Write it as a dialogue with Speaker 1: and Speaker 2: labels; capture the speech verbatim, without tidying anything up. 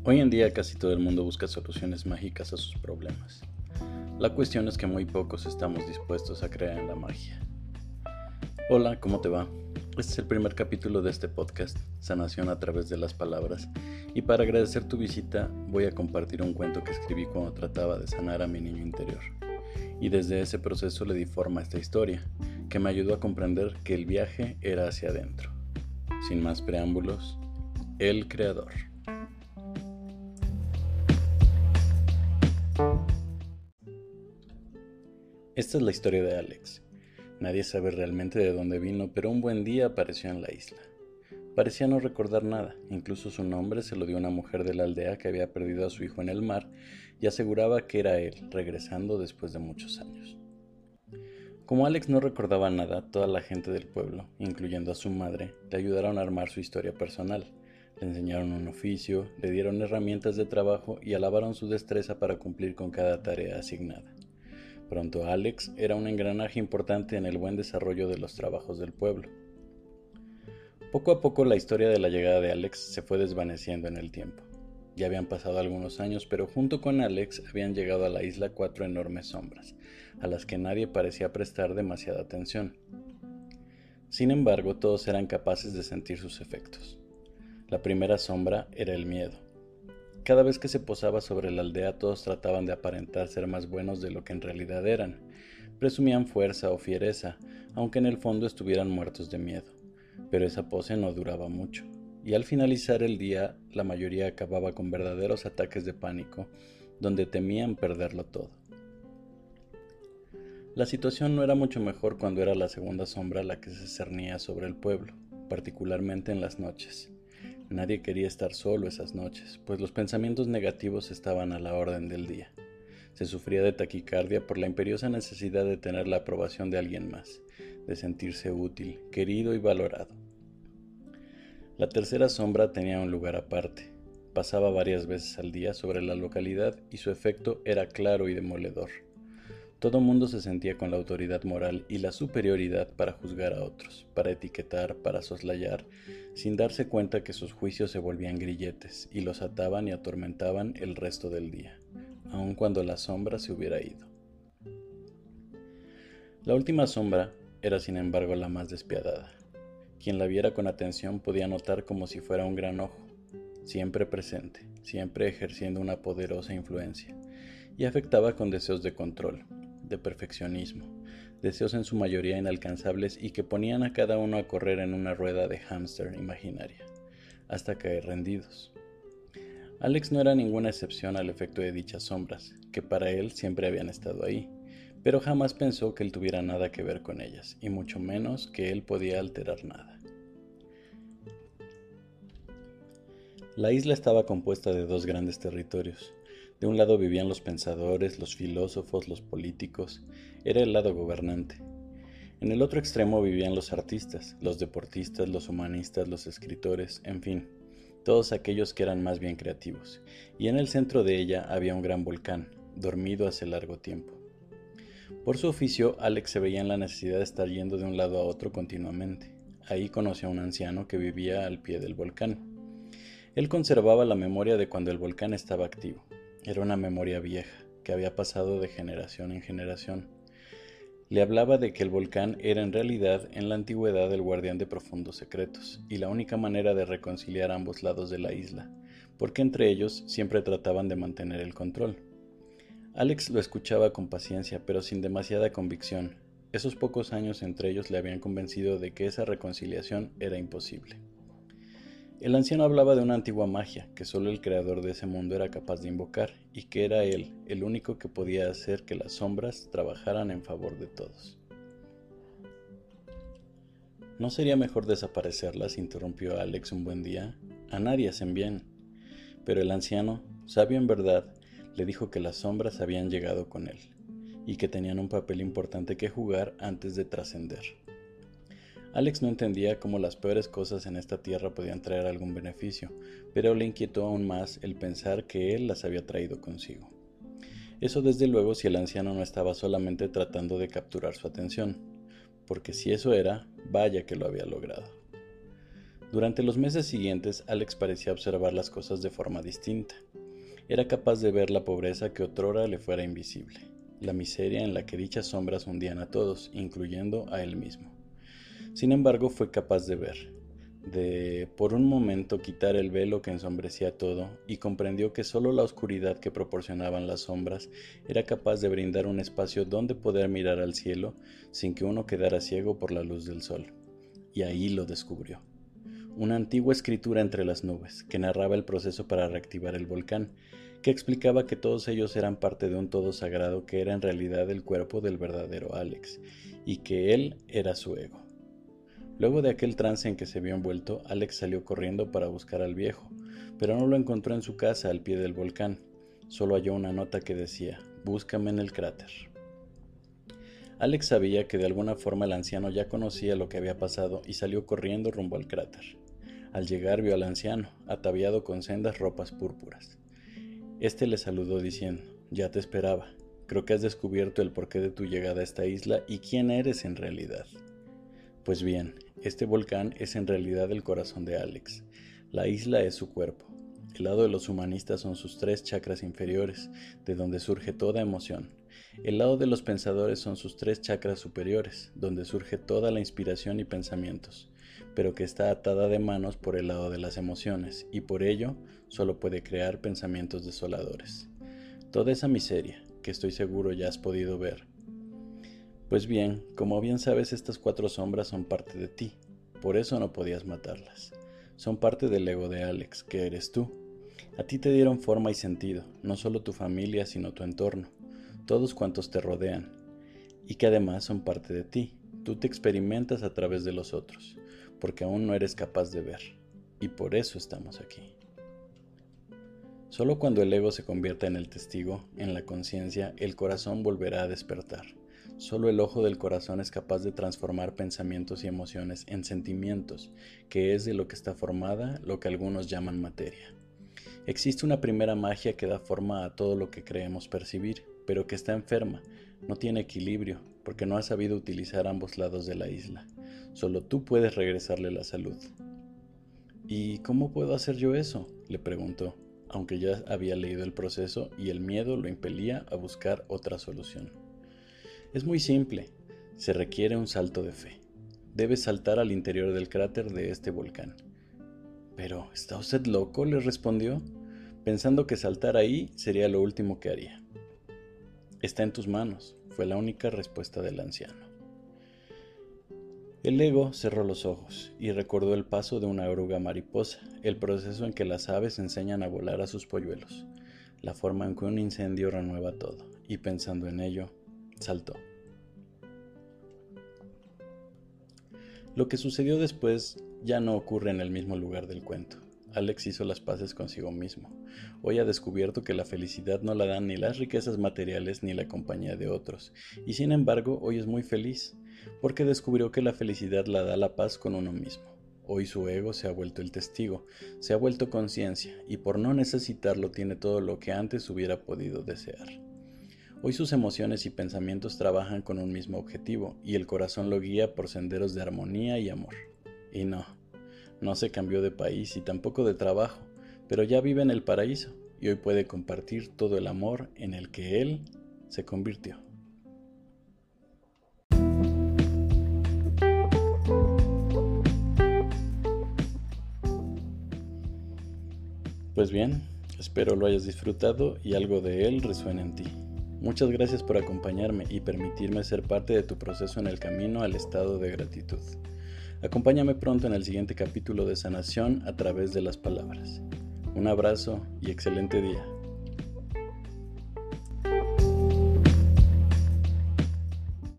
Speaker 1: Hoy en día casi todo el mundo busca soluciones mágicas a sus problemas. La cuestión es que muy pocos estamos dispuestos a creer en la magia. Hola, ¿cómo te va? Este es el primer capítulo de este podcast, Sanación a través de las palabras, y para agradecer tu visita voy a compartir un cuento que escribí cuando trataba de sanar a mi niño interior. Y desde ese proceso le di forma a esta historia, que me ayudó a comprender que el viaje era hacia adentro. Sin más preámbulos, El Creador. Esta es la historia de Alex. Nadie sabe realmente de dónde vino, pero un buen día apareció en la isla. Parecía no recordar nada, incluso su nombre se lo dio una mujer de la aldea que había perdido a su hijo en el mar y aseguraba que era él, regresando después de muchos años. Como Alex no recordaba nada, toda la gente del pueblo, incluyendo a su madre, le ayudaron a armar su historia personal. Le enseñaron un oficio, le dieron herramientas de trabajo y alabaron su destreza para cumplir con cada tarea asignada. Pronto Alex era un engranaje importante en el buen desarrollo de los trabajos del pueblo. Poco a poco la historia de la llegada de Alex se fue desvaneciendo en el tiempo. Ya habían pasado algunos años, pero junto con Alex habían llegado a la isla cuatro enormes sombras, a las que nadie parecía prestar demasiada atención. Sin embargo, todos eran capaces de sentir sus efectos. La primera sombra era el miedo. Cada vez que se posaba sobre la aldea, todos trataban de aparentar ser más buenos de lo que en realidad eran. Presumían fuerza o fiereza, aunque en el fondo estuvieran muertos de miedo. Pero esa pose no duraba mucho, y al finalizar el día, la mayoría acababa con verdaderos ataques de pánico, donde temían perderlo todo. La situación no era mucho mejor cuando era la segunda sombra la que se cernía sobre el pueblo, particularmente en las noches. Nadie quería estar solo esas noches, pues los pensamientos negativos estaban a la orden del día. Se sufría de taquicardia por la imperiosa necesidad de tener la aprobación de alguien más, de sentirse útil, querido y valorado. La tercera sombra tenía un lugar aparte. Pasaba varias veces al día sobre la localidad y su efecto era claro y demoledor. Todo mundo se sentía con la autoridad moral y la superioridad para juzgar a otros, para etiquetar, para soslayar, sin darse cuenta que sus juicios se volvían grilletes y los ataban y atormentaban el resto del día, aun cuando la sombra se hubiera ido. La última sombra era sin embargo la más despiadada. Quien la viera con atención podía notar como si fuera un gran ojo, siempre presente, siempre ejerciendo una poderosa influencia, y afectaba con deseos de control, de perfeccionismo, deseos en su mayoría inalcanzables y que ponían a cada uno a correr en una rueda de hámster imaginaria, hasta caer rendidos. Alex no era ninguna excepción al efecto de dichas sombras, que para él siempre habían estado ahí, pero jamás pensó que él tuviera nada que ver con ellas, y mucho menos que él podía alterar nada. La isla estaba compuesta de dos grandes territorios. De un lado vivían los pensadores, los filósofos, los políticos, era el lado gobernante. En el otro extremo vivían los artistas, los deportistas, los humanistas, los escritores, en fin, todos aquellos que eran más bien creativos. Y en el centro de ella había un gran volcán, dormido hace largo tiempo. Por su oficio, Alex se veía en la necesidad de estar yendo de un lado a otro continuamente. Ahí conoció a un anciano que vivía al pie del volcán. Él conservaba la memoria de cuando el volcán estaba activo. Era una memoria vieja, que había pasado de generación en generación. Le hablaba de que el volcán era en realidad en la antigüedad el guardián de profundos secretos, y la única manera de reconciliar ambos lados de la isla, porque entre ellos siempre trataban de mantener el control. Alex lo escuchaba con paciencia, pero sin demasiada convicción. Esos pocos años entre ellos le habían convencido de que esa reconciliación era imposible. El anciano hablaba de una antigua magia que solo el creador de ese mundo era capaz de invocar y que era él el único que podía hacer que las sombras trabajaran en favor de todos. ¿No sería mejor desaparecerlas?, interrumpió Alex un buen día. A nadie hacen bien. Pero el anciano, sabio en verdad, le dijo que las sombras habían llegado con él y que tenían un papel importante que jugar antes de trascender. Alex no entendía cómo las peores cosas en esta tierra podían traer algún beneficio, pero le inquietó aún más el pensar que él las había traído consigo. Eso desde luego si el anciano no estaba solamente tratando de capturar su atención, porque si eso era, vaya que lo había logrado. Durante los meses siguientes, Alex parecía observar las cosas de forma distinta. Era capaz de ver la pobreza que otrora le fuera invisible, la miseria en la que dichas sombras hundían a todos, incluyendo a él mismo. Sin embargo, fue capaz de ver, de por un momento quitar el velo que ensombrecía todo, y comprendió que solo la oscuridad que proporcionaban las sombras era capaz de brindar un espacio donde poder mirar al cielo sin que uno quedara ciego por la luz del sol. Y ahí lo descubrió. Una antigua escritura entre las nubes, que narraba el proceso para reactivar el volcán, que explicaba que todos ellos eran parte de un todo sagrado que era en realidad el cuerpo del verdadero Alex, y que él era su ego. Luego de aquel trance en que se vio envuelto, Alex salió corriendo para buscar al viejo, pero no lo encontró en su casa al pie del volcán. Solo halló una nota que decía: «Búscame en el cráter». Alex sabía que de alguna forma el anciano ya conocía lo que había pasado y salió corriendo rumbo al cráter. Al llegar vio al anciano, ataviado con sendas ropas púrpuras. Este le saludó diciendo: «Ya te esperaba. Creo que has descubierto el porqué de tu llegada a esta isla y quién eres en realidad». Pues bien, este volcán es en realidad el corazón de Alex. La isla es su cuerpo. El lado de los humanistas son sus tres chakras inferiores, de donde surge toda emoción. El lado de los pensadores son sus tres chakras superiores, donde surge toda la inspiración y pensamientos, pero que está atada de manos por el lado de las emociones, y por ello solo puede crear pensamientos desoladores. Toda esa miseria, que estoy seguro ya has podido ver. Pues bien, como bien sabes, estas cuatro sombras son parte de ti, por eso no podías matarlas. Son parte del ego de Alex, que eres tú. A ti te dieron forma y sentido, no solo tu familia, sino tu entorno, todos cuantos te rodean, y que además son parte de ti. Tú te experimentas a través de los otros, porque aún no eres capaz de ver, y por eso estamos aquí. Solo cuando el ego se convierta en el testigo, en la conciencia, el corazón volverá a despertar. Solo el ojo del corazón es capaz de transformar pensamientos y emociones en sentimientos, que es de lo que está formada lo que algunos llaman materia. Existe una primera magia que da forma a todo lo que creemos percibir, pero que está enferma, no tiene equilibrio, porque no ha sabido utilizar ambos lados de la isla. Solo tú puedes regresarle la salud. ¿Y cómo puedo hacer yo eso?, le preguntó, aunque ya había leído el proceso y el miedo lo impelía a buscar otra solución. Es muy simple, se requiere un salto de fe. Debes saltar al interior del cráter de este volcán. «¿Pero está usted loco?», le respondió, pensando que saltar ahí sería lo último que haría. «Está en tus manos», fue la única respuesta del anciano. El ego cerró los ojos y recordó el paso de una oruga mariposa, el proceso en que las aves enseñan a volar a sus polluelos, la forma en que un incendio renueva todo, y pensando en ello, saltó. Lo que sucedió después ya no ocurre en el mismo lugar del cuento. Alex hizo las paces consigo mismo. Hoy ha descubierto que la felicidad no la dan ni las riquezas materiales ni la compañía de otros, y sin embargo hoy es muy feliz, porque descubrió que la felicidad la da la paz con uno mismo. Hoy su ego se ha vuelto el testigo, se ha vuelto conciencia, y por no necesitarlo tiene todo lo que antes hubiera podido desear. Hoy sus emociones y pensamientos trabajan con un mismo objetivo, y el corazón lo guía por senderos de armonía y amor. Y no, no se cambió de país y tampoco de trabajo, pero ya vive en el paraíso, y hoy puede compartir todo el amor en el que él se convirtió. Pues bien, espero lo hayas disfrutado y algo de él resuene en ti. Muchas gracias por acompañarme y permitirme ser parte de tu proceso en el camino al estado de gratitud. Acompáñame pronto en el siguiente capítulo de Sanación a través de las palabras. Un abrazo y excelente día.